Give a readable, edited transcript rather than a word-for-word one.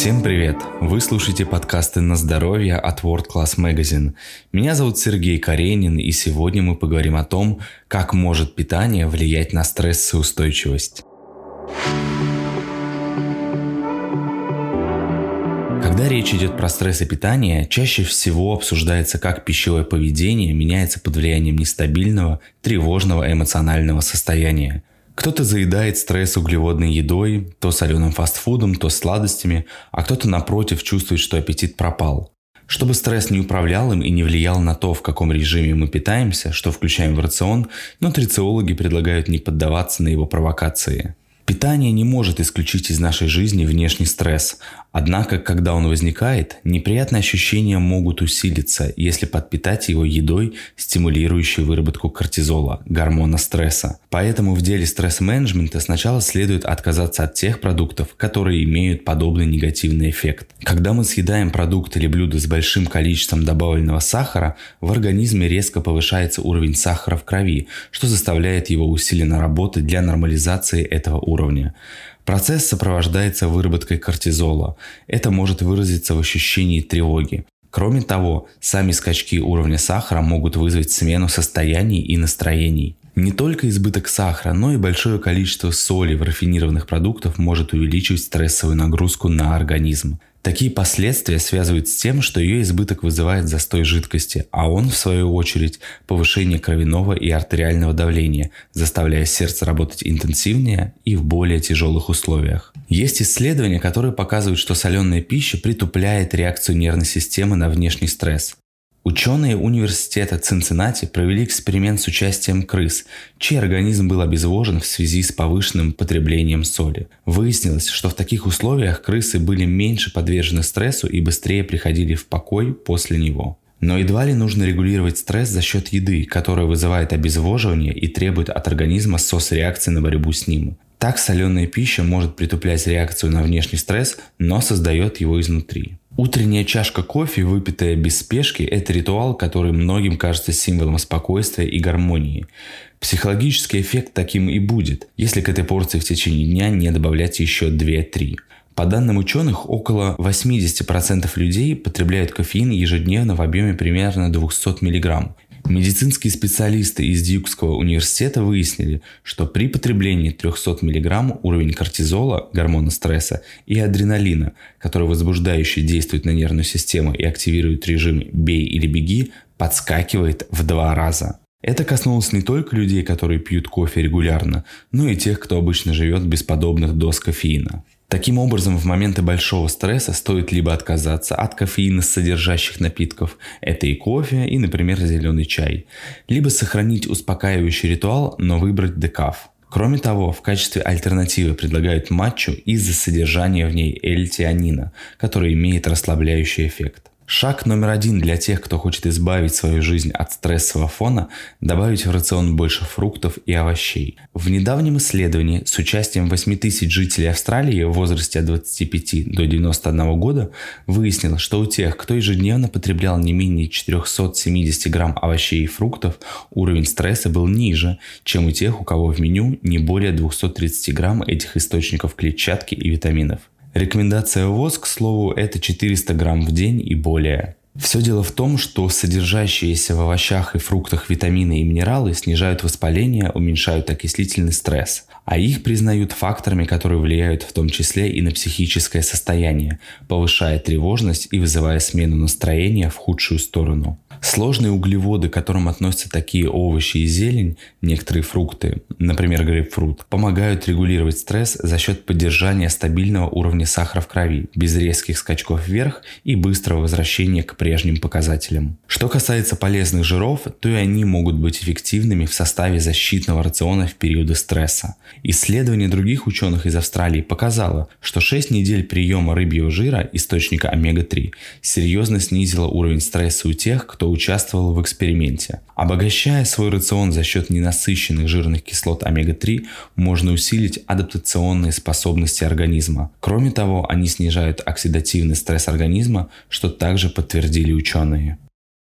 Всем привет! Вы слушаете подкасты на здоровье от World Class Magazine. Меня зовут Сергей Каренин, и сегодня мы поговорим о том, как может питание влиять на стрессоустойчивость. Когда речь идет про стресс и питание, чаще всего обсуждается, как пищевое поведение меняется под влиянием нестабильного, тревожного эмоционального состояния. Кто-то заедает стресс углеводной едой, то соленым фастфудом, то сладостями, а кто-то, напротив, чувствует, что аппетит пропал. Чтобы стресс не управлял им и не влиял на то, в каком режиме мы питаемся, что включаем в рацион, нутрициологи предлагают не поддаваться на его провокации. Питание не может исключить из нашей жизни внешний стресс, однако, когда он возникает, неприятные ощущения могут усилиться, если подпитать его едой, стимулирующей выработку кортизола, гормона стресса. Поэтому в деле стресс-менеджмента сначала следует отказаться от тех продуктов, которые имеют подобный негативный эффект. Когда мы съедаем продукт или блюдо с большим количеством добавленного сахара, в организме резко повышается уровень сахара в крови, что заставляет его усиленно работать для нормализации этого уровня. Процесс сопровождается выработкой кортизола. Это может выразиться в ощущении тревоги. Кроме того, сами скачки уровня сахара могут вызвать смену состояний и настроений. Не только избыток сахара, но и большое количество соли в рафинированных продуктах может увеличивать стрессовую нагрузку на организм. Такие последствия связывают с тем, что ее избыток вызывает застой жидкости, а он, в свою очередь, повышение кровяного и артериального давления, заставляя сердце работать интенсивнее и в более тяжелых условиях. Есть исследования, которые показывают, что соленая пища притупляет реакцию нервной системы на внешний стресс. Ученые университета Цинциннати провели эксперимент с участием крыс, чей организм был обезвожен в связи с повышенным потреблением соли. Выяснилось, что в таких условиях крысы были меньше подвержены стрессу и быстрее приходили в покой после него. Но едва ли нужно регулировать стресс за счет еды, которая вызывает обезвоживание и требует от организма сос-реакции на борьбу с ним. Так соленая пища может притуплять реакцию на внешний стресс, но создает его изнутри. Утренняя чашка кофе, выпитая без спешки, это ритуал, который многим кажется символом спокойствия и гармонии. Психологический эффект таким и будет, если к этой порции в течение дня не добавлять еще 2-3. По данным ученых, около 80% людей потребляют кофеин ежедневно в объеме примерно 200 мг. Медицинские специалисты из Дьюкского университета выяснили, что при потреблении 300 мг уровень кортизола, гормона стресса, и адреналина, который возбуждающе действует на нервную систему и активирует режим «бей или беги», подскакивает в 2 раза. Это коснулось не только людей, которые пьют кофе регулярно, но и тех, кто обычно живет без подобных доз кофеина. Таким образом, в моменты большого стресса стоит либо отказаться от кофеиносодержащих напитков, это и кофе, и, например, зеленый чай, либо сохранить успокаивающий ритуал, но выбрать декаф. Кроме того, в качестве альтернативы предлагают матчу из-за содержания в ней L-тианина, который имеет расслабляющий эффект. Шаг номер 1 для тех, кто хочет избавить свою жизнь от стрессового фона – добавить в рацион больше фруктов и овощей. В недавнем исследовании с участием 8000 жителей Австралии в возрасте от 25 до 91 года выяснилось, что у тех, кто ежедневно потреблял не менее 470 грамм овощей и фруктов, уровень стресса был ниже, чем у тех, у кого в меню не более 230 грамм этих источников клетчатки и витаминов. Рекомендация ВОЗ, к слову, это 400 грамм в день и более. Все дело в том, что содержащиеся в овощах и фруктах витамины и минералы снижают воспаление, уменьшают окислительный стресс, а их признают факторами, которые влияют в том числе и на психическое состояние, повышая тревожность и вызывая смену настроения в худшую сторону. Сложные углеводы, к которым относятся такие овощи и зелень, некоторые фрукты, например, грейпфрут, помогают регулировать стресс за счет поддержания стабильного уровня сахара в крови, без резких скачков вверх и быстрого возвращения к прежним показателям. Что касается полезных жиров, то и они могут быть эффективными в составе защитного рациона в периоды стресса. Исследование других ученых из Австралии показало, что 6 недель приема рыбьего жира, источника омега-3, серьезно снизило уровень стресса у тех, кто участвовал в эксперименте. Обогащая свой рацион за счет ненасыщенных жирных кислот омега-3, можно усилить адаптационные способности организма. Кроме того, они снижают оксидативный стресс организма, что также подтвердили ученые.